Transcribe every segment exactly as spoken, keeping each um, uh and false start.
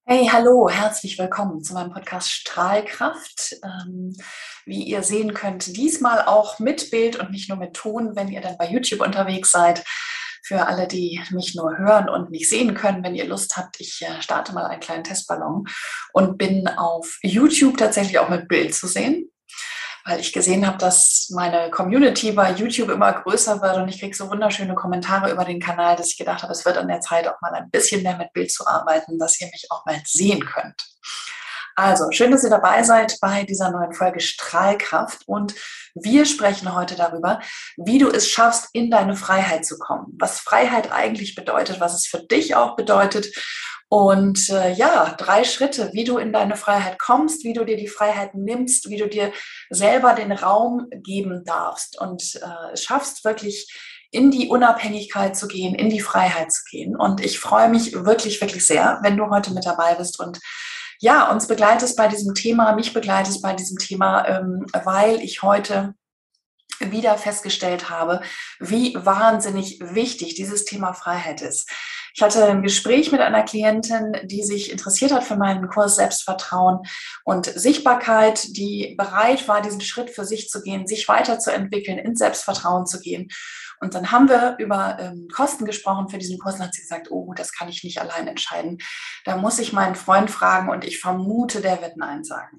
Hey, hallo, herzlich willkommen zu meinem Podcast Strahlkraft. Ähm, wie ihr sehen könnt, diesmal auch mit Bild und nicht nur mit Ton, wenn ihr dann bei YouTube unterwegs seid. Für alle, die mich nur hören und nicht sehen können, wenn ihr Lust habt, ich äh, starte mal einen kleinen Testballon und bin auf YouTube tatsächlich auch mit Bild zu sehen, weil ich gesehen habe, dass meine Community bei YouTube immer größer wird und ich kriege so wunderschöne Kommentare über den Kanal, dass ich gedacht habe, es wird an der Zeit, auch mal ein bisschen mehr mit Bild zu arbeiten, dass ihr mich auch mal sehen könnt. Also, schön, dass ihr dabei seid bei dieser neuen Folge Strahlkraft und wir sprechen heute darüber, wie du es schaffst, in deine Freiheit zu kommen, was Freiheit eigentlich bedeutet, was es für dich auch bedeutet und äh, ja, drei Schritte, wie du in deine Freiheit kommst, wie du dir die Freiheit nimmst, wie du dir selber den Raum geben darfst und äh, es schaffst, wirklich in die Unabhängigkeit zu gehen, in die Freiheit zu gehen. Und ich freue mich wirklich, wirklich sehr, wenn du heute mit dabei bist und ja, uns begleitest bei diesem Thema, mich begleitest bei diesem Thema, ähm, weil ich heute wieder festgestellt habe, wie wahnsinnig wichtig dieses Thema Freiheit ist. Ich hatte ein Gespräch mit einer Klientin, die sich interessiert hat für meinen Kurs Selbstvertrauen und Sichtbarkeit, die bereit war, diesen Schritt für sich zu gehen, sich weiterzuentwickeln, ins Selbstvertrauen zu gehen. Und dann haben wir über ähm, Kosten gesprochen für diesen Kurs und hat sie gesagt, oh, das kann ich nicht allein entscheiden. Da muss ich meinen Freund fragen und ich vermute, der wird Nein sagen.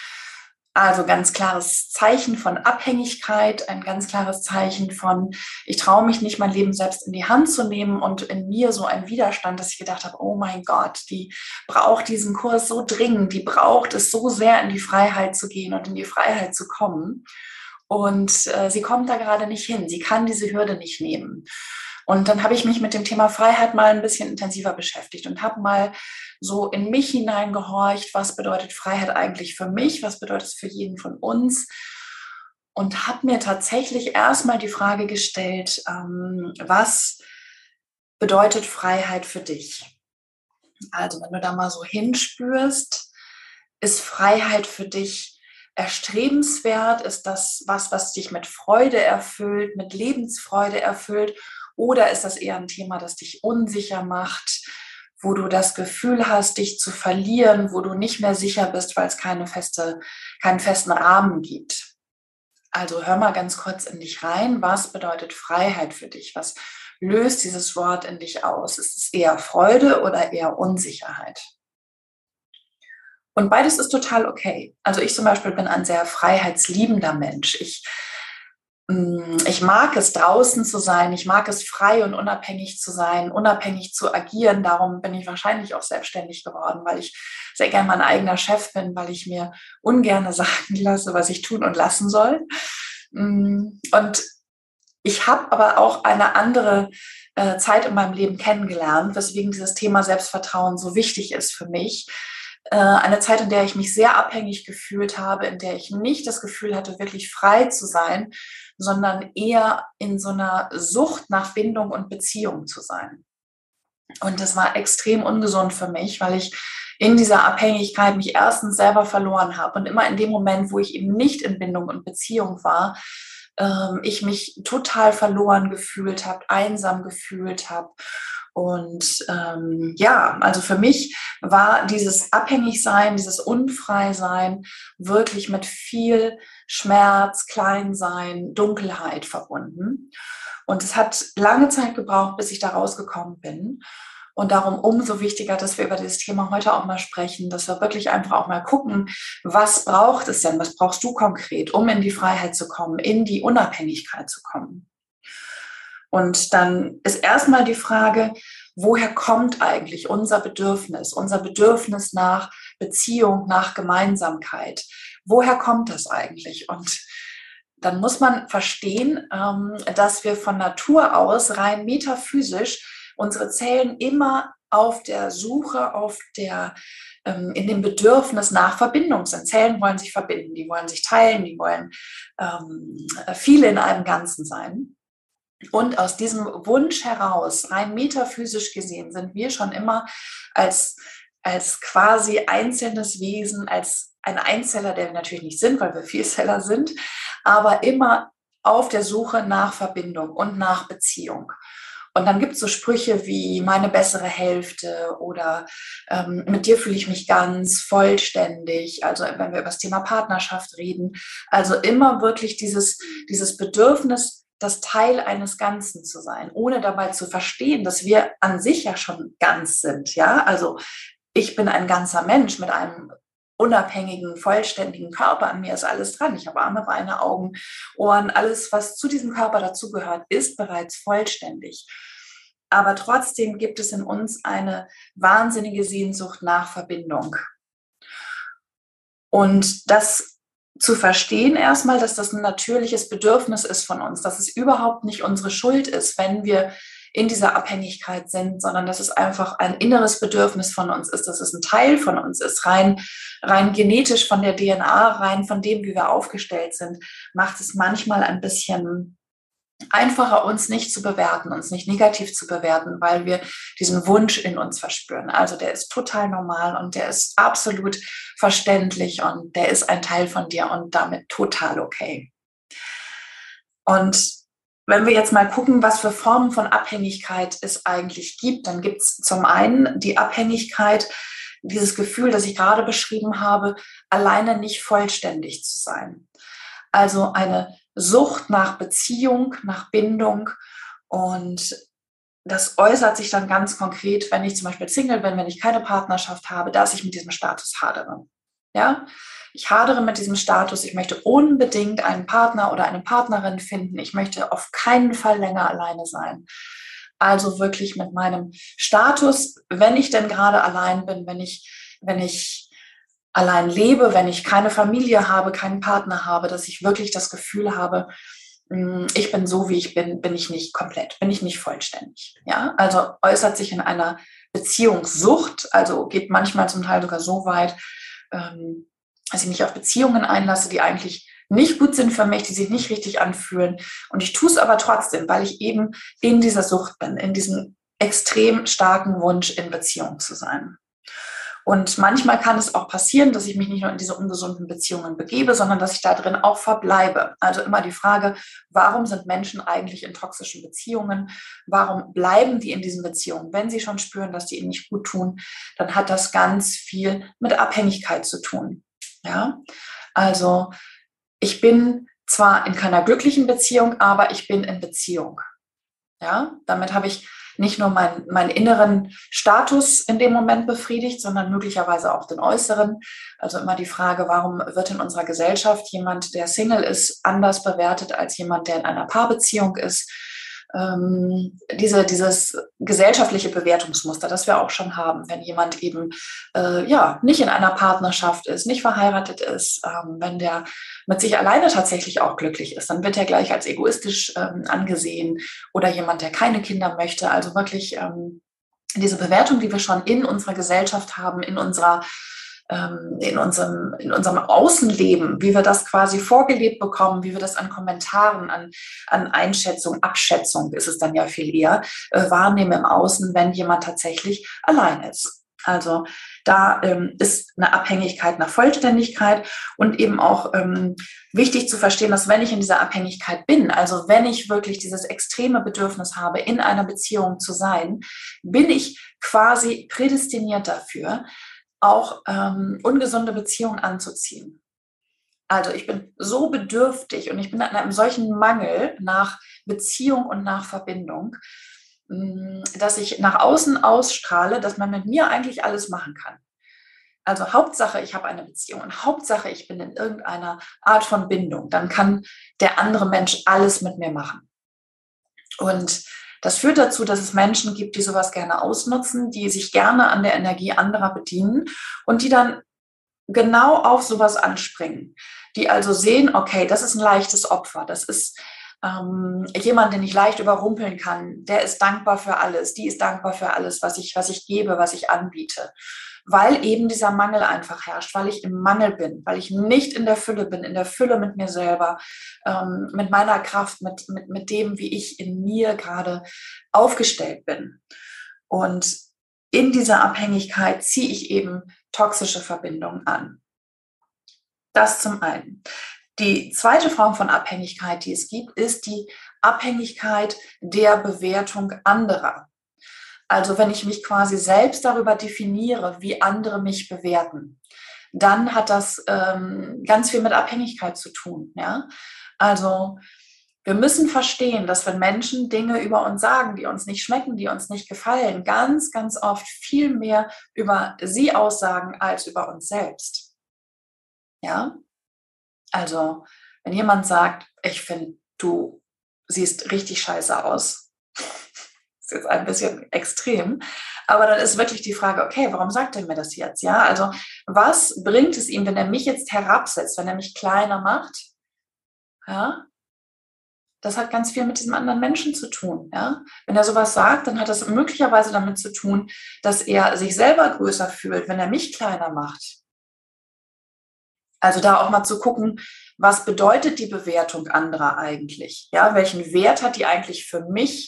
Also ganz klares Zeichen von Abhängigkeit, ein ganz klares Zeichen von, ich traue mich nicht, mein Leben selbst in die Hand zu nehmen und in mir so ein Widerstand, dass ich gedacht habe, oh mein Gott, die braucht diesen Kurs so dringend, die braucht es so sehr, in die Freiheit zu gehen und in die Freiheit zu kommen. Und äh, sie kommt da gerade nicht hin, sie kann diese Hürde nicht nehmen. Und dann habe ich mich mit dem Thema Freiheit mal ein bisschen intensiver beschäftigt und habe mal so in mich hineingehorcht, was bedeutet Freiheit eigentlich für mich, was bedeutet es für jeden von uns und habe mir tatsächlich erstmal die Frage gestellt, ähm, was bedeutet Freiheit für dich? Also wenn du da mal so hinspürst, ist Freiheit für dich erstrebenswert? Ist das was, was dich mit Freude erfüllt, mit Lebensfreude erfüllt? Oder ist das eher ein Thema, das dich unsicher macht, wo du das Gefühl hast, dich zu verlieren, wo du nicht mehr sicher bist, weil es keine feste, keinen festen Rahmen gibt? Also hör mal ganz kurz in dich rein. Was bedeutet Freiheit für dich? Was löst dieses Wort in dich aus? Ist es eher Freude oder eher Unsicherheit? Und beides ist total okay. Also ich zum Beispiel bin ein sehr freiheitsliebender Mensch. Ich, mm, ich mag es, draußen zu sein. Ich mag es, frei und unabhängig zu sein, unabhängig zu agieren. Darum bin ich wahrscheinlich auch selbstständig geworden, weil ich sehr gern mein eigener Chef bin, weil ich mir ungerne sagen lasse, was ich tun und lassen soll. Mm, Und ich habe aber auch eine andere äh, Zeit in meinem Leben kennengelernt, weswegen dieses Thema Selbstvertrauen so wichtig ist für mich. Äh, eine Zeit, in der ich mich sehr abhängig gefühlt habe, in der ich nicht das Gefühl hatte, wirklich frei zu sein, sondern eher in so einer Sucht nach Bindung und Beziehung zu sein. Und das war extrem ungesund für mich, weil ich in dieser Abhängigkeit mich erstens selber verloren habe und immer in dem Moment, wo ich eben nicht in Bindung und Beziehung war, ähm, ich mich total verloren gefühlt habe, einsam gefühlt habe. Und ähm, ja, also für mich war dieses Abhängigsein, dieses Unfreisein wirklich mit viel Schmerz, Kleinsein, Dunkelheit verbunden. Und es hat lange Zeit gebraucht, bis ich da rausgekommen bin. Und darum umso wichtiger, dass wir über dieses Thema heute auch mal sprechen, dass wir wirklich einfach auch mal gucken, was braucht es denn, was brauchst du konkret, um in die Freiheit zu kommen, in die Unabhängigkeit zu kommen. Und dann ist erstmal die Frage, woher kommt eigentlich unser Bedürfnis, unser Bedürfnis nach Beziehung, nach Gemeinsamkeit? Woher kommt das eigentlich? Und dann muss man verstehen, dass wir von Natur aus rein metaphysisch unsere Zellen immer auf der Suche, auf der, in dem Bedürfnis nach Verbindung sind. Zellen wollen sich verbinden, die wollen sich teilen, die wollen viele in einem Ganzen sein. Und aus diesem Wunsch heraus, rein metaphysisch gesehen, sind wir schon immer als, als quasi einzelnes Wesen, als ein Einzeller, der wir natürlich nicht sind, weil wir Vielzeller sind, aber immer auf der Suche nach Verbindung und nach Beziehung. Und dann gibt es so Sprüche wie meine bessere Hälfte oder ähm, mit dir fühle ich mich ganz vollständig. Also wenn wir über das Thema Partnerschaft reden. Also immer wirklich dieses, dieses Bedürfnis, das Teil eines Ganzen zu sein, ohne dabei zu verstehen, dass wir an sich ja schon ganz sind. Ja, also ich bin ein ganzer Mensch mit einem unabhängigen, vollständigen Körper. An mir ist alles dran. Ich habe Arme, Beine, Augen, Ohren. Alles, was zu diesem Körper dazugehört, ist bereits vollständig. Aber trotzdem gibt es in uns eine wahnsinnige Sehnsucht nach Verbindung. Und das zu verstehen erstmal, dass das ein natürliches Bedürfnis ist von uns, dass es überhaupt nicht unsere Schuld ist, wenn wir in dieser Abhängigkeit sind, sondern dass es einfach ein inneres Bedürfnis von uns ist, dass es ein Teil von uns ist, rein, rein genetisch von der D N A, rein von dem, wie wir aufgestellt sind, macht es manchmal ein bisschen einfacher, uns nicht zu bewerten, uns nicht negativ zu bewerten, weil wir diesen Wunsch in uns verspüren. Also der ist total normal und der ist absolut verständlich und der ist ein Teil von dir und damit total okay. Und wenn wir jetzt mal gucken, was für Formen von Abhängigkeit es eigentlich gibt, dann gibt es zum einen die Abhängigkeit, dieses Gefühl, das ich gerade beschrieben habe, alleine nicht vollständig zu sein. Also eine Sucht nach Beziehung, nach Bindung, und das äußert sich dann ganz konkret, wenn ich zum Beispiel Single bin, wenn ich keine Partnerschaft habe, dass ich mit diesem Status hadere. Ja? Ich hadere mit diesem Status, ich möchte unbedingt einen Partner oder eine Partnerin finden, ich möchte auf keinen Fall länger alleine sein. Also wirklich mit meinem Status, wenn ich denn gerade allein bin, wenn ich, wenn ich allein lebe, wenn ich keine Familie habe, keinen Partner habe, dass ich wirklich das Gefühl habe, ich bin so, wie ich bin, bin ich nicht komplett, bin ich nicht vollständig. Ja? Also äußert sich in einer Beziehungssucht, also geht manchmal zum Teil sogar so weit, ähm, dass ich mich auf Beziehungen einlasse, die eigentlich nicht gut sind für mich, die sich nicht richtig anfühlen. Und ich tue es aber trotzdem, weil ich eben in dieser Sucht bin, in diesem extrem starken Wunsch, in Beziehung zu sein. Und manchmal kann es auch passieren, dass ich mich nicht nur in diese ungesunden Beziehungen begebe, sondern dass ich da drin auch verbleibe. Also immer die Frage, warum sind Menschen eigentlich in toxischen Beziehungen? Warum bleiben die in diesen Beziehungen? Wenn sie schon spüren, dass die ihnen nicht gut tun, dann hat das ganz viel mit Abhängigkeit zu tun. Ja? Also ich bin zwar in keiner glücklichen Beziehung, aber ich bin in Beziehung. Ja? Damit habe ich nicht nur meinen, meinen inneren Status in dem Moment befriedigt, sondern möglicherweise auch den äußeren. Also immer die Frage, warum wird in unserer Gesellschaft jemand, der Single ist, anders bewertet als jemand, der in einer Paarbeziehung ist? Ähm, diese, dieses gesellschaftliche Bewertungsmuster, das wir auch schon haben, wenn jemand eben äh, ja, nicht in einer Partnerschaft ist, nicht verheiratet ist, ähm, wenn der mit sich alleine tatsächlich auch glücklich ist, dann wird er gleich als egoistisch ähm, angesehen, oder jemand, der keine Kinder möchte. Also wirklich ähm, diese Bewertung, die wir schon in unserer Gesellschaft haben, in unserer in unserem, in unserem Außenleben, wie wir das quasi vorgelebt bekommen, wie wir das an Kommentaren, an, an Einschätzung, Abschätzung ist es dann ja viel eher, äh, wahrnehmen im Außen, wenn jemand tatsächlich allein ist. Also da ähm, ist eine Abhängigkeit nach Vollständigkeit und eben auch ähm, wichtig zu verstehen, dass wenn ich in dieser Abhängigkeit bin, also wenn ich wirklich dieses extreme Bedürfnis habe, in einer Beziehung zu sein, bin ich quasi prädestiniert dafür, auch ähm, ungesunde Beziehungen anzuziehen. Also ich bin so bedürftig und ich bin in einem solchen Mangel nach Beziehung und nach Verbindung, dass ich nach außen ausstrahle, dass man mit mir eigentlich alles machen kann. Also Hauptsache, ich habe eine Beziehung und Hauptsache, ich bin in irgendeiner Art von Bindung. Dann kann der andere Mensch alles mit mir machen. Und das führt dazu, dass es Menschen gibt, die sowas gerne ausnutzen, die sich gerne an der Energie anderer bedienen und die dann genau auf sowas anspringen. Die also sehen, okay, das ist ein leichtes Opfer, das ist ähm, jemand, den ich leicht überrumpeln kann, der ist dankbar für alles, die ist dankbar für alles, was ich, was ich gebe, was ich anbiete. Weil eben dieser Mangel einfach herrscht, weil ich im Mangel bin, weil ich nicht in der Fülle bin, in der Fülle mit mir selber, ähm, mit meiner Kraft, mit, mit, mit dem, wie ich in mir gerade aufgestellt bin. Und in dieser Abhängigkeit ziehe ich eben toxische Verbindungen an. Das zum einen. Die zweite Form von Abhängigkeit, die es gibt, ist die Abhängigkeit der Bewertung anderer. Also wenn ich mich quasi selbst darüber definiere, wie andere mich bewerten, dann hat das ähm, ganz viel mit Abhängigkeit zu tun. Ja? Also wir müssen verstehen, dass wenn Menschen Dinge über uns sagen, die uns nicht schmecken, die uns nicht gefallen, ganz, ganz oft viel mehr über sie aussagen als über uns selbst. Ja? Also wenn jemand sagt, ich finde, du siehst richtig scheiße aus, ist jetzt ein bisschen extrem, aber dann ist wirklich die Frage, okay, warum sagt er mir das jetzt? Ja, also was bringt es ihm, wenn er mich jetzt herabsetzt, wenn er mich kleiner macht? Ja, das hat ganz viel mit diesem anderen Menschen zu tun. Ja? Wenn er sowas sagt, dann hat das möglicherweise damit zu tun, dass er sich selber größer fühlt, wenn er mich kleiner macht. Also da auch mal zu gucken, was bedeutet die Bewertung anderer eigentlich? Ja, welchen Wert hat die eigentlich für mich?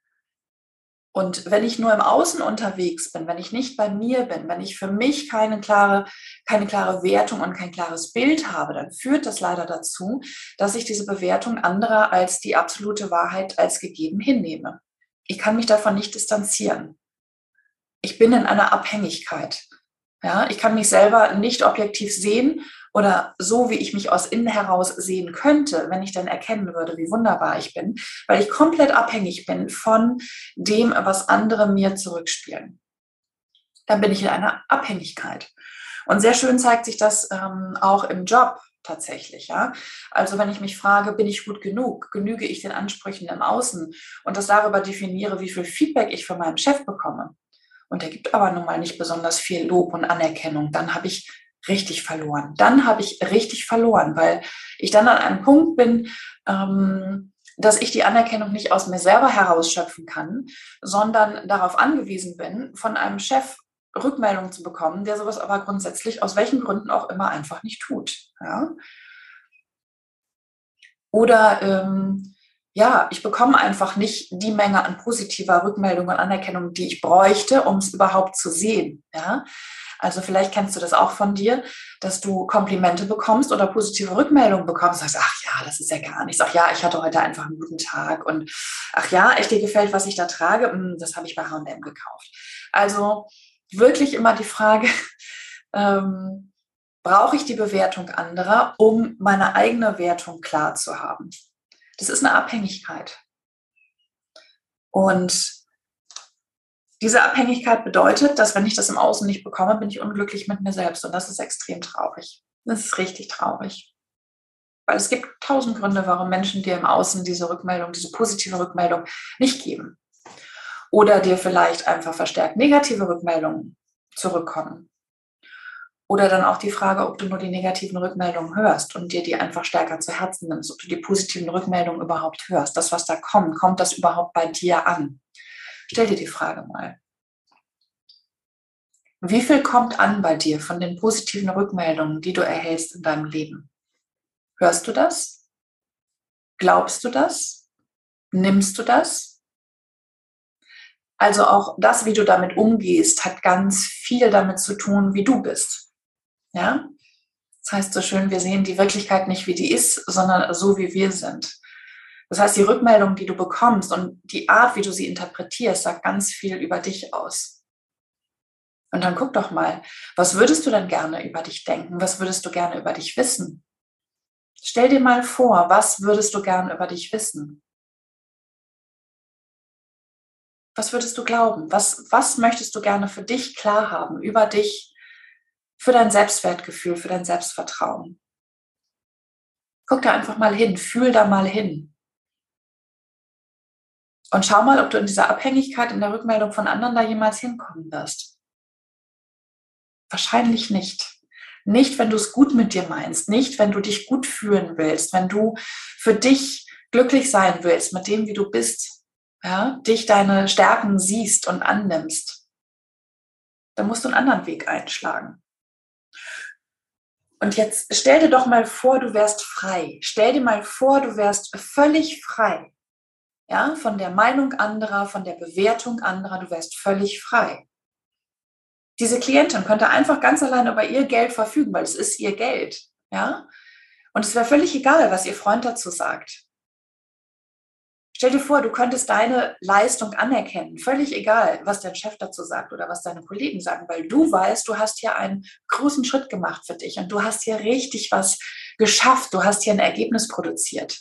Und wenn ich nur im Außen unterwegs bin, wenn ich nicht bei mir bin, wenn ich für mich keine klare, keine klare Wertung und kein klares Bild habe, dann führt das leider dazu, dass ich diese Bewertung anderer als die absolute Wahrheit als gegeben hinnehme. Ich kann mich davon nicht distanzieren. Ich bin in einer Abhängigkeit. Ja, ich kann mich selber nicht objektiv sehen oder so, wie ich mich aus innen heraus sehen könnte, wenn ich dann erkennen würde, wie wunderbar ich bin, weil ich komplett abhängig bin von dem, was andere mir zurückspielen. Dann bin ich in einer Abhängigkeit. Und sehr schön zeigt sich das ähm, auch im Job tatsächlich. Ja? Also wenn ich mich frage, bin ich gut genug? Genüge ich den Ansprüchen im Außen? Und das darüber definiere, wie viel Feedback ich von meinem Chef bekomme. Und er gibt aber nun mal nicht besonders viel Lob und Anerkennung, dann habe ich richtig verloren. Dann habe ich richtig verloren, weil ich dann an einem Punkt bin, ähm, dass ich die Anerkennung nicht aus mir selber herausschöpfen kann, sondern darauf angewiesen bin, von einem Chef Rückmeldung zu bekommen, der sowas aber grundsätzlich aus welchen Gründen auch immer einfach nicht tut. Ja? Oder ähm, ja, ich bekomme einfach nicht die Menge an positiver Rückmeldung und Anerkennung, die ich bräuchte, um es überhaupt zu sehen. Ja? Also vielleicht kennst du das auch von dir, dass du Komplimente bekommst oder positive Rückmeldungen bekommst. Und sagst, ach ja, das ist ja gar nichts. Ach ja, ich hatte heute einfach einen guten Tag. Und ach ja, echt dir gefällt, was ich da trage. Das habe ich bei H und M gekauft. Also wirklich immer die Frage, ähm, brauche ich die Bewertung anderer, um meine eigene Wertung klar zu haben? Das ist eine Abhängigkeit. Und diese Abhängigkeit bedeutet, dass wenn ich das im Außen nicht bekomme, bin ich unglücklich mit mir selbst. Und das ist extrem traurig. Das ist richtig traurig. Weil es gibt tausend Gründe, warum Menschen dir im Außen diese Rückmeldung, diese positive Rückmeldung nicht geben. Oder dir vielleicht einfach verstärkt negative Rückmeldungen zurückkommen. Oder dann auch die Frage, ob du nur die negativen Rückmeldungen hörst und dir die einfach stärker zu Herzen nimmst, ob du die positiven Rückmeldungen überhaupt hörst. Das, was da kommt, kommt das überhaupt bei dir an? Stell dir die Frage mal. Wie viel kommt an bei dir von den positiven Rückmeldungen, die du erhältst in deinem Leben? Hörst du das? Glaubst du das? Nimmst du das? Also auch das, wie du damit umgehst, hat ganz viel damit zu tun, wie du bist. Ja? Das heißt so schön, wir sehen die Wirklichkeit nicht, wie die ist, sondern so, wie wir sind. Das heißt, die Rückmeldung, die du bekommst und die Art, wie du sie interpretierst, sagt ganz viel über dich aus. Und dann guck doch mal, was würdest du denn gerne über dich denken? Was würdest du gerne über dich wissen? Stell dir mal vor, was würdest du gerne über dich wissen? Was würdest du glauben? Was, was möchtest du gerne für dich klar haben, über dich, für dein Selbstwertgefühl, für dein Selbstvertrauen? Guck da einfach mal hin, fühl da mal hin. Und schau mal, ob du in dieser Abhängigkeit in der Rückmeldung von anderen da jemals hinkommen wirst. Wahrscheinlich nicht. Nicht, wenn du es gut mit dir meinst, nicht, wenn du dich gut fühlen willst, wenn du für dich glücklich sein willst mit dem, wie du bist, ja, dich deine Stärken siehst und annimmst. Dann musst du einen anderen Weg einschlagen. Und jetzt stell dir doch mal vor, du wärst frei. Stell dir mal vor, du wärst völlig frei. Ja, von der Meinung anderer, von der Bewertung anderer, du wärst völlig frei. Diese Klientin könnte einfach ganz allein über ihr Geld verfügen, weil es ist ihr Geld. Ja? Und es wäre völlig egal, was ihr Freund dazu sagt. Stell dir vor, du könntest deine Leistung anerkennen, völlig egal, was dein Chef dazu sagt oder was deine Kollegen sagen, weil du weißt, du hast hier einen großen Schritt gemacht für dich und du hast hier richtig was geschafft, du hast hier ein Ergebnis produziert.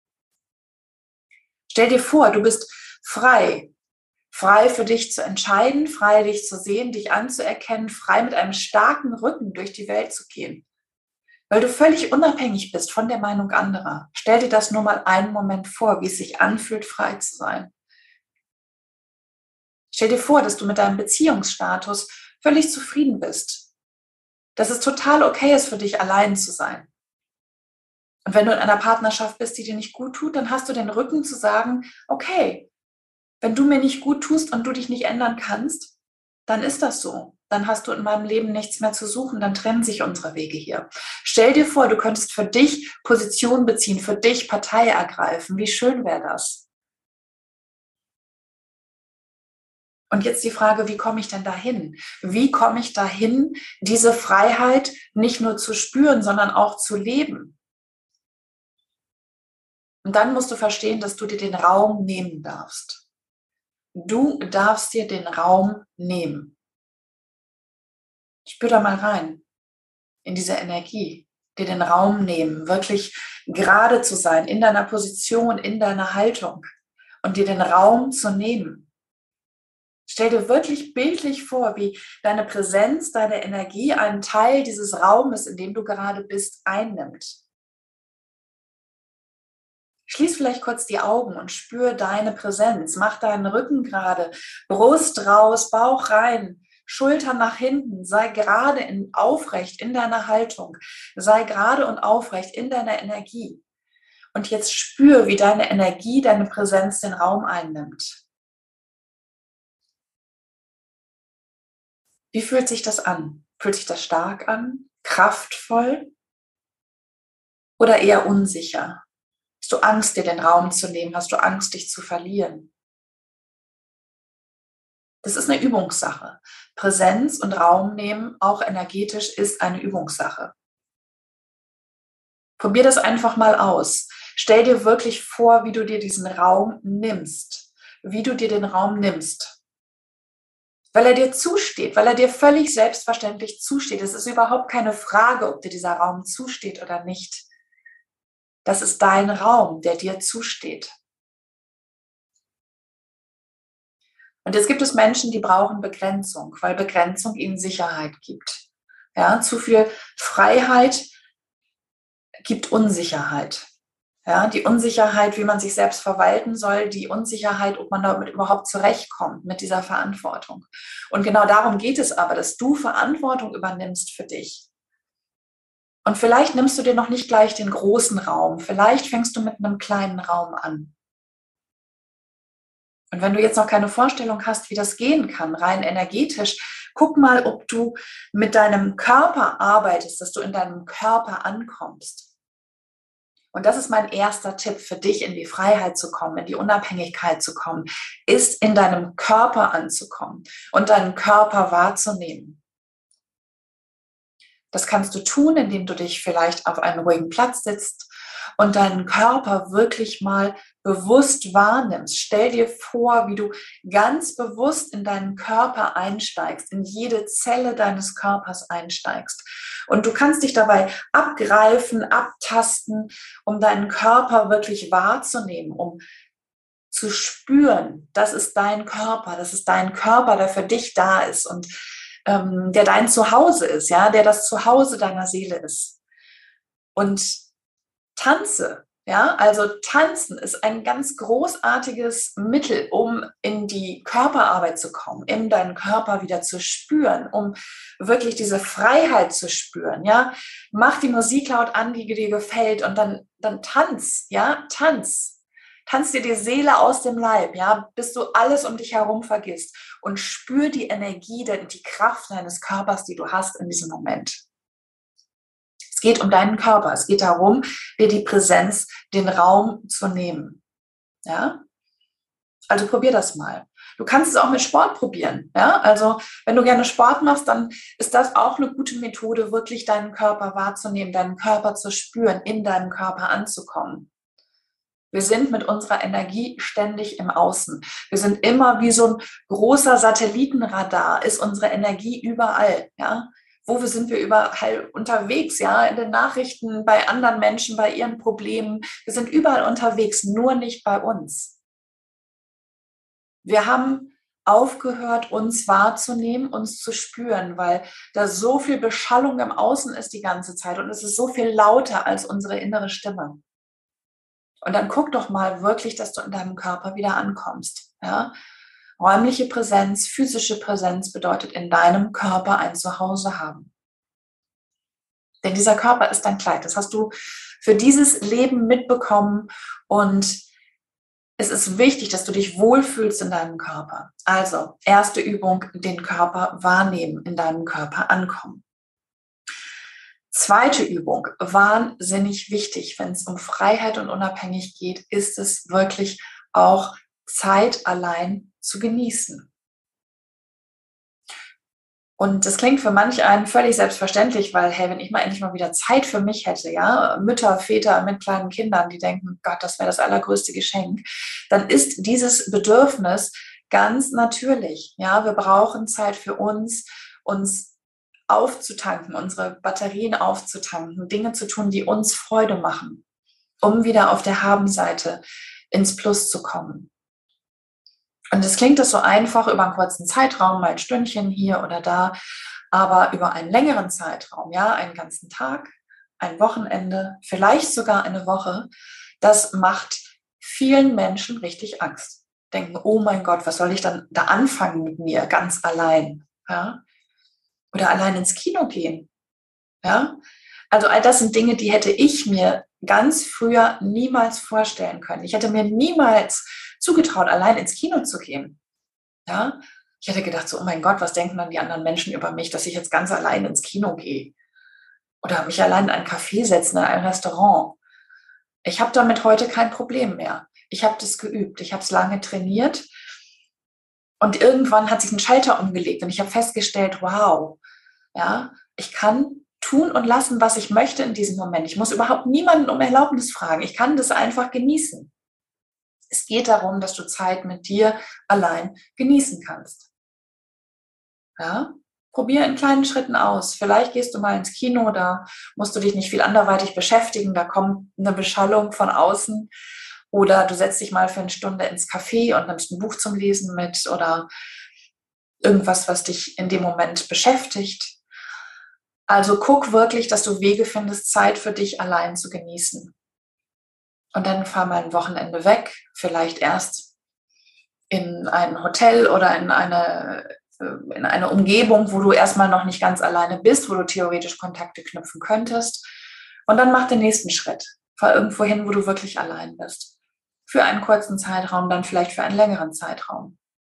Stell dir vor, du bist frei, frei für dich zu entscheiden, frei dich zu sehen, dich anzuerkennen, frei mit einem starken Rücken durch die Welt zu gehen. Weil du völlig unabhängig bist von der Meinung anderer. Stell dir das nur mal einen Moment vor, wie es sich anfühlt, frei zu sein. Stell dir vor, dass du mit deinem Beziehungsstatus völlig zufrieden bist. Dass es total okay ist für dich, allein zu sein. Und wenn du in einer Partnerschaft bist, die dir nicht gut tut, dann hast du den Rücken zu sagen, okay, wenn du mir nicht gut tust und du dich nicht ändern kannst, dann ist das so. Dann hast du in meinem Leben nichts mehr zu suchen, dann trennen sich unsere Wege hier. Stell dir vor, du könntest für dich Position beziehen, für dich Partei ergreifen. Wie schön wäre das? Und jetzt die Frage, wie komme ich denn dahin? Wie komme ich dahin, diese Freiheit nicht nur zu spüren, sondern auch zu leben? Und dann musst du verstehen, dass du dir den Raum nehmen darfst. Du darfst dir den Raum nehmen. Spür da mal rein in diese Energie, dir den Raum nehmen, wirklich gerade zu sein in deiner Position, in deiner Haltung und dir den Raum zu nehmen. Stell dir wirklich bildlich vor, wie deine Präsenz, deine Energie einen Teil dieses Raumes, in dem du gerade bist, einnimmt. Schließ vielleicht kurz die Augen und spür deine Präsenz. Mach deinen Rücken gerade, Brust raus, Bauch rein, Schultern nach hinten. Sei gerade in, aufrecht in deiner Haltung. Sei gerade und aufrecht in deiner Energie. Und jetzt spür, wie deine Energie, deine Präsenz den Raum einnimmt. Wie fühlt sich das an? Fühlt sich das stark an? Kraftvoll? Oder eher unsicher? Hast du Angst, dir den Raum zu nehmen? Hast du Angst, dich zu verlieren? Das ist eine Übungssache. Präsenz und Raum nehmen, auch energetisch, ist eine Übungssache. Probier das einfach mal aus. Stell dir wirklich vor, wie du dir diesen Raum nimmst. Wie du dir den Raum nimmst. Weil er dir zusteht, weil er dir völlig selbstverständlich zusteht. Es ist überhaupt keine Frage, ob dir dieser Raum zusteht oder nicht. Das ist dein Raum, der dir zusteht. Und jetzt gibt es Menschen, die brauchen Begrenzung, weil Begrenzung ihnen Sicherheit gibt. Ja, zu viel Freiheit gibt Unsicherheit. Ja, die Unsicherheit, wie man sich selbst verwalten soll, die Unsicherheit, ob man damit überhaupt zurechtkommt mit dieser Verantwortung. Und genau darum geht es aber, dass du Verantwortung übernimmst für dich. Und vielleicht nimmst du dir noch nicht gleich den großen Raum. Vielleicht fängst du mit einem kleinen Raum an. Und wenn du jetzt noch keine Vorstellung hast, wie das gehen kann, rein energetisch, guck mal, ob du mit deinem Körper arbeitest, dass du in deinem Körper ankommst. Und das ist mein erster Tipp für dich, in die Freiheit zu kommen, in die Unabhängigkeit zu kommen, ist in deinem Körper anzukommen und deinen Körper wahrzunehmen. Das kannst du tun, indem du dich vielleicht auf einen ruhigen Platz sitzt und deinen Körper wirklich mal bewusst wahrnimmst. Stell dir vor, wie du ganz bewusst in deinen Körper einsteigst, in jede Zelle deines Körpers einsteigst. Und du kannst dich dabei abgreifen, abtasten, um deinen Körper wirklich wahrzunehmen, um zu spüren, das ist dein Körper, das ist dein Körper, der für dich da ist und ähm, der dein Zuhause ist, ja, der das Zuhause deiner Seele ist. Und tanze, ja, also tanzen ist ein ganz großartiges Mittel, um in die Körperarbeit zu kommen, in deinen Körper wieder zu spüren, um wirklich diese Freiheit zu spüren, ja. Mach die Musik laut an, die dir gefällt und dann, dann tanz, ja, tanz. Tanz dir die Seele aus dem Leib, ja, bis du alles um dich herum vergisst und spür die Energie, die Kraft deines Körpers, die du hast in diesem Moment. Es geht um deinen Körper. Es geht darum, dir die Präsenz, den Raum zu nehmen. Ja? Also probier das mal. Du kannst es auch mit Sport probieren. Ja? Also wenn du gerne Sport machst, dann ist das auch eine gute Methode, wirklich deinen Körper wahrzunehmen, deinen Körper zu spüren, in deinem Körper anzukommen. Wir sind mit unserer Energie ständig im Außen. Wir sind immer wie so ein großer Satellitenradar, ist unsere Energie überall, ja. Wo sind wir überall unterwegs, ja, in den Nachrichten, bei anderen Menschen, bei ihren Problemen. Wir sind überall unterwegs, nur nicht bei uns. Wir haben aufgehört, uns wahrzunehmen, uns zu spüren, weil da so viel Beschallung im Außen ist die ganze Zeit und es ist so viel lauter als unsere innere Stimme. Und dann guck doch mal wirklich, dass du in deinem Körper wieder ankommst. Ja? Räumliche Präsenz, physische Präsenz bedeutet in deinem Körper ein Zuhause haben. Denn dieser Körper ist dein Kleid. Das hast du für dieses Leben mitbekommen und es ist wichtig, dass du dich wohlfühlst in deinem Körper. Also, erste Übung, den Körper wahrnehmen, in deinem Körper ankommen. Zweite Übung, wahnsinnig wichtig, wenn es um Freiheit und Unabhängigkeit geht, ist es wirklich auch Zeit allein zu genießen. Und das klingt für manch einen völlig selbstverständlich, weil, hey, wenn ich mal endlich mal wieder Zeit für mich hätte, ja, Mütter, Väter mit kleinen Kindern, die denken, Gott, das wäre das allergrößte Geschenk, dann ist dieses Bedürfnis ganz natürlich. Ja, wir brauchen Zeit für uns, uns aufzutanken, unsere Batterien aufzutanken, Dinge zu tun, die uns Freude machen, um wieder auf der Habenseite ins Plus zu kommen. Und es klingt das so einfach über einen kurzen Zeitraum, mal ein Stündchen hier oder da, aber über einen längeren Zeitraum, ja, einen ganzen Tag, ein Wochenende, vielleicht sogar eine Woche, das macht vielen Menschen richtig Angst. Denken, oh mein Gott, was soll ich dann da anfangen mit mir, ganz allein, ja? Oder allein ins Kino gehen, ja? Also all das sind Dinge, die hätte ich mir ganz früher niemals vorstellen können. Ich hätte mir niemals zugetraut, allein ins Kino zu gehen. Ja? Ich hätte gedacht, so, oh mein Gott, was denken dann die anderen Menschen über mich, dass ich jetzt ganz allein ins Kino gehe? Oder mich allein in ein Café setzen, in ein Restaurant. Ich habe damit heute kein Problem mehr. Ich habe das geübt, ich habe es lange trainiert und irgendwann hat sich ein Schalter umgelegt und ich habe festgestellt, wow, ja, ich kann tun und lassen, was ich möchte in diesem Moment. Ich muss überhaupt niemanden um Erlaubnis fragen. Ich kann das einfach genießen. Es geht darum, dass du Zeit mit dir allein genießen kannst. Ja? Probier in kleinen Schritten aus. Vielleicht gehst du mal ins Kino, da musst du dich nicht viel anderweitig beschäftigen, da kommt eine Beschallung von außen. Oder du setzt dich mal für eine Stunde ins Café und nimmst ein Buch zum Lesen mit oder irgendwas, was dich in dem Moment beschäftigt. Also guck wirklich, dass du Wege findest, Zeit für dich allein zu genießen. Und dann fahr mal ein Wochenende weg, vielleicht erst in ein Hotel oder in eine, in eine Umgebung, wo du erstmal noch nicht ganz alleine bist, wo du theoretisch Kontakte knüpfen könntest. Und dann mach den nächsten Schritt. Fahr irgendwo hin, wo du wirklich allein bist. Für einen kurzen Zeitraum, dann vielleicht für einen längeren Zeitraum.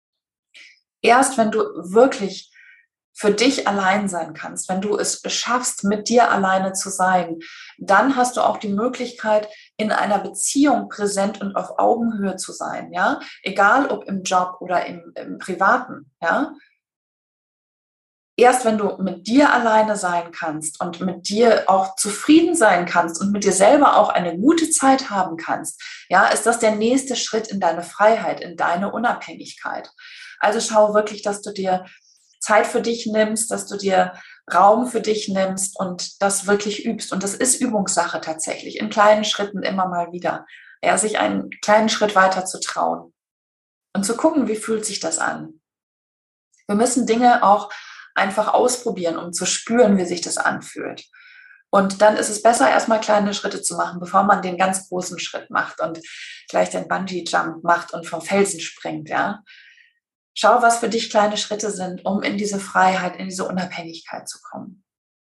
Erst wenn du wirklich für dich allein sein kannst, wenn du es schaffst, mit dir alleine zu sein, dann hast du auch die Möglichkeit, in einer Beziehung präsent und auf Augenhöhe zu sein, ja, egal ob im Job oder im, im Privaten, ja. Erst wenn du mit dir alleine sein kannst und mit dir auch zufrieden sein kannst und mit dir selber auch eine gute Zeit haben kannst, ja, ist das der nächste Schritt in deine Freiheit, in deine Unabhängigkeit. Also schau wirklich, dass du dir Zeit für dich nimmst, dass du dir Raum für dich nimmst und das wirklich übst. Und das ist Übungssache tatsächlich, in kleinen Schritten immer mal wieder. Ja, sich einen kleinen Schritt weiter zu trauen und zu gucken, wie fühlt sich das an. Wir müssen Dinge auch einfach ausprobieren, um zu spüren, wie sich das anfühlt. Und dann ist es besser, erstmal kleine Schritte zu machen, bevor man den ganz großen Schritt macht und gleich den Bungee-Jump macht und vom Felsen springt, ja. Schau, was für dich kleine Schritte sind, um in diese Freiheit, in diese Unabhängigkeit zu kommen.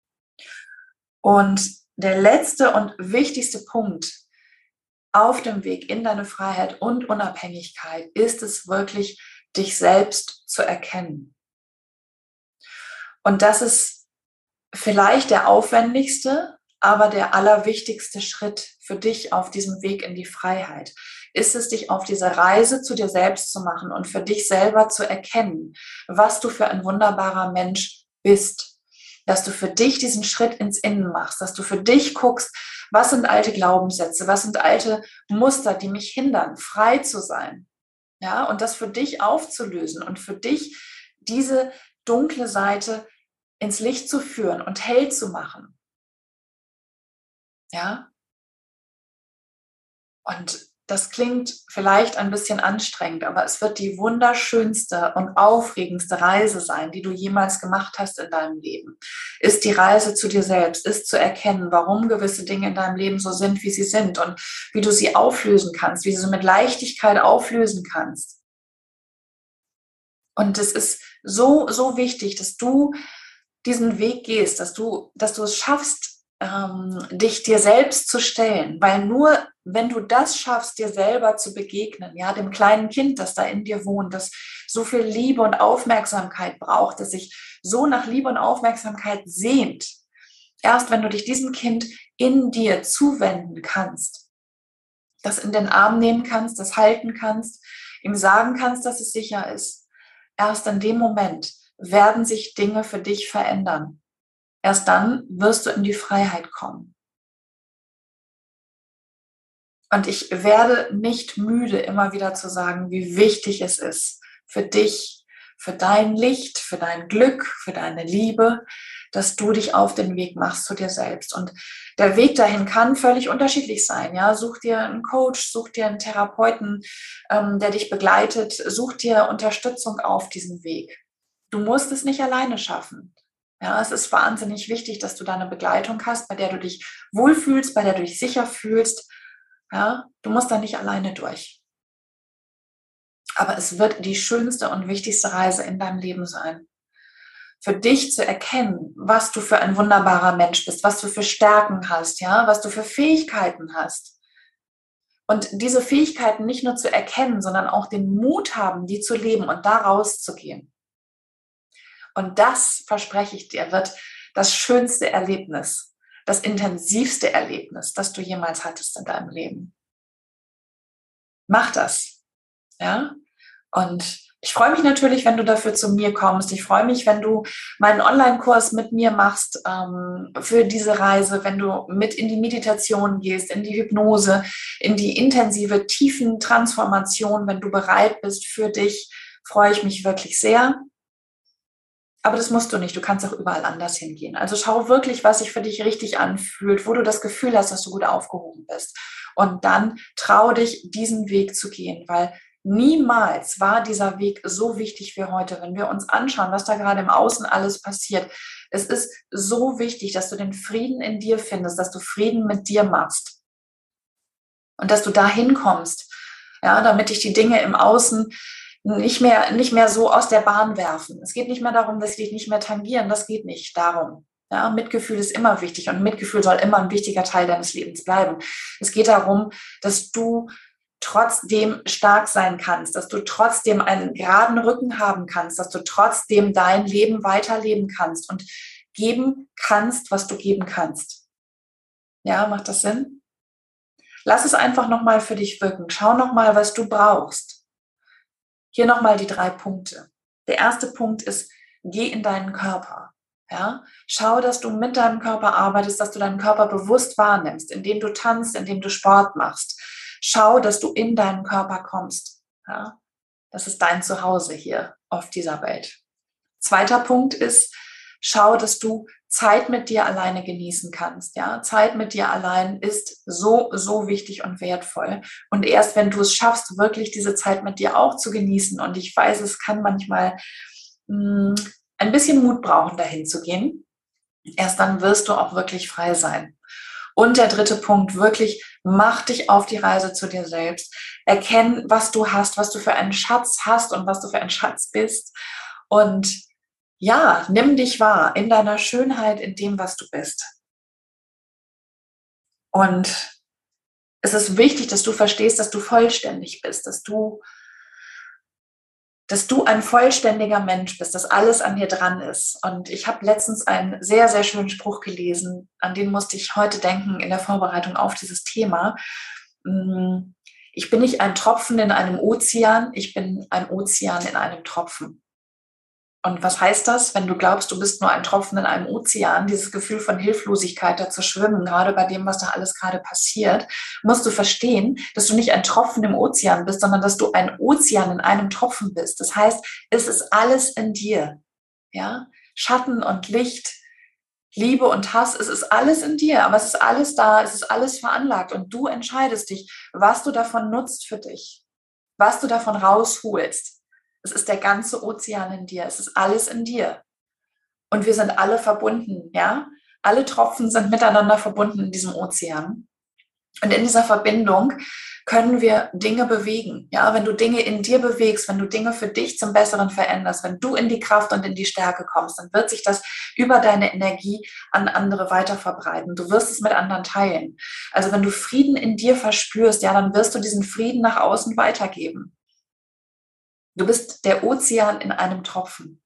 Und der letzte und wichtigste Punkt auf dem Weg in deine Freiheit und Unabhängigkeit ist es wirklich, dich selbst zu erkennen. Und das ist vielleicht der aufwendigste, aber der allerwichtigste Schritt für dich auf diesem Weg in die Freiheit. Ist es, dich auf diese Reise zu dir selbst zu machen und für dich selber zu erkennen, was du für ein wunderbarer Mensch bist. Dass du für dich diesen Schritt ins Innen machst, dass du für dich guckst, Was sind alte Glaubenssätze? Was sind alte Muster, die mich hindern, frei zu sein? Ja, und das für dich aufzulösen und für dich diese dunkle Seite ins Licht zu führen und hell zu machen. Ja? Und das klingt vielleicht ein bisschen anstrengend, aber es wird die wunderschönste und aufregendste Reise sein, die du jemals gemacht hast in deinem Leben. Ist die Reise zu dir selbst, ist zu erkennen, warum gewisse Dinge in deinem Leben so sind, wie sie sind und wie du sie auflösen kannst, wie du sie mit Leichtigkeit auflösen kannst. Und es ist so, so wichtig, dass du diesen Weg gehst, dass du, dass du es schaffst, ähm, dich dir selbst zu stellen, weil nur wenn du das schaffst, dir selber zu begegnen, ja, dem kleinen Kind, das da in dir wohnt, das so viel Liebe und Aufmerksamkeit braucht, das sich so nach Liebe und Aufmerksamkeit sehnt, erst wenn du dich diesem Kind in dir zuwenden kannst, das in den Arm nehmen kannst, das halten kannst, ihm sagen kannst, dass es sicher ist, erst in dem Moment werden sich Dinge für dich verändern. Erst dann wirst du in die Freiheit kommen. Und ich werde nicht müde, immer wieder zu sagen, wie wichtig es ist für dich, für dein Licht, für dein Glück, für deine Liebe, dass du dich auf den Weg machst zu dir selbst. Und der Weg dahin kann völlig unterschiedlich sein. Ja, such dir einen Coach, such dir einen Therapeuten, ähm, der dich begleitet, such dir Unterstützung auf diesem Weg. Du musst es nicht alleine schaffen. Ja, es ist wahnsinnig wichtig, dass du da eine Begleitung hast, bei der du dich wohlfühlst, bei der du dich sicher fühlst. Ja, du musst da nicht alleine durch. Aber es wird die schönste und wichtigste Reise in deinem Leben sein. Für dich zu erkennen, was du für ein wunderbarer Mensch bist, was du für Stärken hast, ja, was du für Fähigkeiten hast. Und diese Fähigkeiten nicht nur zu erkennen, sondern auch den Mut haben, die zu leben und da rauszugehen. Und das, verspreche ich dir, wird das schönste Erlebnis, das intensivste Erlebnis, das du jemals hattest in deinem Leben. Mach das, ja? Und ich freue mich natürlich, wenn du dafür zu mir kommst. Ich freue mich, wenn du meinen Online-Kurs mit mir machst ähm, für diese Reise, wenn du mit in die Meditation gehst, in die Hypnose, in die intensive, tiefen Transformation, wenn du bereit bist für dich, freue ich mich wirklich sehr. Aber das musst du nicht, du kannst auch überall anders hingehen. Also schau wirklich, was sich für dich richtig anfühlt, wo du das Gefühl hast, dass du gut aufgehoben bist. Und dann trau dich, diesen Weg zu gehen, weil niemals war dieser Weg so wichtig wie heute. Wenn wir uns anschauen, was da gerade im Außen alles passiert, es ist so wichtig, dass du den Frieden in dir findest, dass du Frieden mit dir machst und dass du dahin kommst, ja, damit dich die Dinge im Außen nicht mehr, nicht mehr so aus der Bahn werfen. Es geht nicht mehr darum, dass sie dich nicht mehr tangieren. Das geht nicht darum. Ja, Mitgefühl ist immer wichtig und Mitgefühl soll immer ein wichtiger Teil deines Lebens bleiben. Es geht darum, dass du trotzdem stark sein kannst, dass du trotzdem einen geraden Rücken haben kannst, dass du trotzdem dein Leben weiterleben kannst und geben kannst, was du geben kannst. Ja, macht das Sinn? Lass es einfach nochmal für dich wirken. Schau nochmal, was du brauchst. Hier nochmal die drei Punkte. Der erste Punkt ist, geh in deinen Körper. Ja? Schau, dass du mit deinem Körper arbeitest, dass du deinen Körper bewusst wahrnimmst, indem du tanzt, indem du Sport machst. Schau, dass du in deinen Körper kommst. Ja? Das ist dein Zuhause hier auf dieser Welt. Zweiter Punkt ist, schau, dass du Zeit mit dir alleine genießen kannst. Ja? Zeit mit dir allein ist so, so wichtig und wertvoll. Und erst wenn du es schaffst, wirklich diese Zeit mit dir auch zu genießen, und ich weiß, es kann manchmal mh, ein bisschen Mut brauchen, dahin zu gehen, erst dann wirst du auch wirklich frei sein. Und der dritte Punkt, wirklich, mach dich auf die Reise zu dir selbst. Erkenn, was du hast, was du für einen Schatz hast und was du für ein Schatz bist. Und ja, nimm dich wahr in deiner Schönheit, in dem, was du bist. Und es ist wichtig, dass du verstehst, dass du vollständig bist, dass du, dass du ein vollständiger Mensch bist, dass alles an dir dran ist. Und ich habe letztens einen sehr, sehr schönen Spruch gelesen, an den musste ich heute denken in der Vorbereitung auf dieses Thema. Ich bin nicht ein Tropfen in einem Ozean, ich bin ein Ozean in einem Tropfen. Und was heißt das, wenn du glaubst, du bist nur ein Tropfen in einem Ozean, dieses Gefühl von Hilflosigkeit da zu schwimmen, gerade bei dem, was da alles gerade passiert, musst du verstehen, dass du nicht ein Tropfen im Ozean bist, sondern dass du ein Ozean in einem Tropfen bist. Das heißt, es ist alles in dir. Ja? Schatten und Licht, Liebe und Hass, es ist alles in dir, aber es ist alles da, es ist alles veranlagt und du entscheidest dich, was du davon nutzt für dich, was du davon rausholst. Es ist der ganze Ozean in dir. Es ist alles in dir. Und wir sind alle verbunden, ja? Alle Tropfen sind miteinander verbunden in diesem Ozean. Und in dieser Verbindung können wir Dinge bewegen. Ja, wenn du Dinge in dir bewegst, wenn du Dinge für dich zum Besseren veränderst, wenn du in die Kraft und in die Stärke kommst, dann wird sich das über deine Energie an andere weiter verbreiten. Du wirst es mit anderen teilen. Also wenn du Frieden in dir verspürst, ja, dann wirst du diesen Frieden nach außen weitergeben. Du bist der Ozean in einem Tropfen.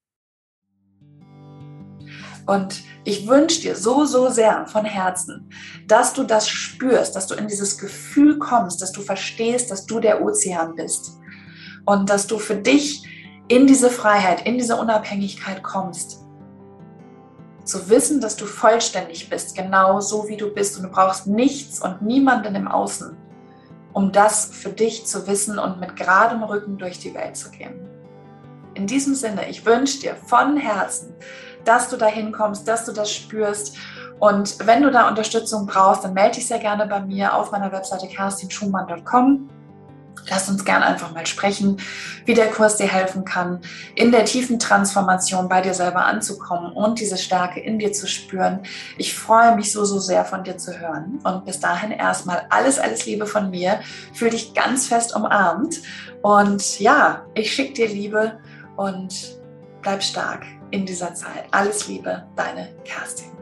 Und ich wünsche dir so, so sehr von Herzen, dass du das spürst, dass du in dieses Gefühl kommst, dass du verstehst, dass du der Ozean bist. Und dass du für dich in diese Freiheit, in diese Unabhängigkeit kommst. Zu wissen, dass du vollständig bist, genau so wie du bist. Und du brauchst nichts und niemanden im Außen, um das für dich zu wissen und mit geradem Rücken durch die Welt zu gehen. In diesem Sinne, ich wünsche dir von Herzen, dass du dahin kommst, dass du das spürst. Und wenn du da Unterstützung brauchst, dann melde dich sehr gerne bei mir auf meiner Webseite kerstin schumann punkt com. Lass uns gerne einfach mal sprechen, wie der Kurs dir helfen kann, in der tiefen Transformation bei dir selber anzukommen und diese Stärke in dir zu spüren. Ich freue mich so, so sehr von dir zu hören. Und bis dahin erstmal alles, alles Liebe von mir. Fühl dich ganz fest umarmt. Und ja, ich schicke dir Liebe und bleib stark in dieser Zeit. Alles Liebe, deine Kerstin.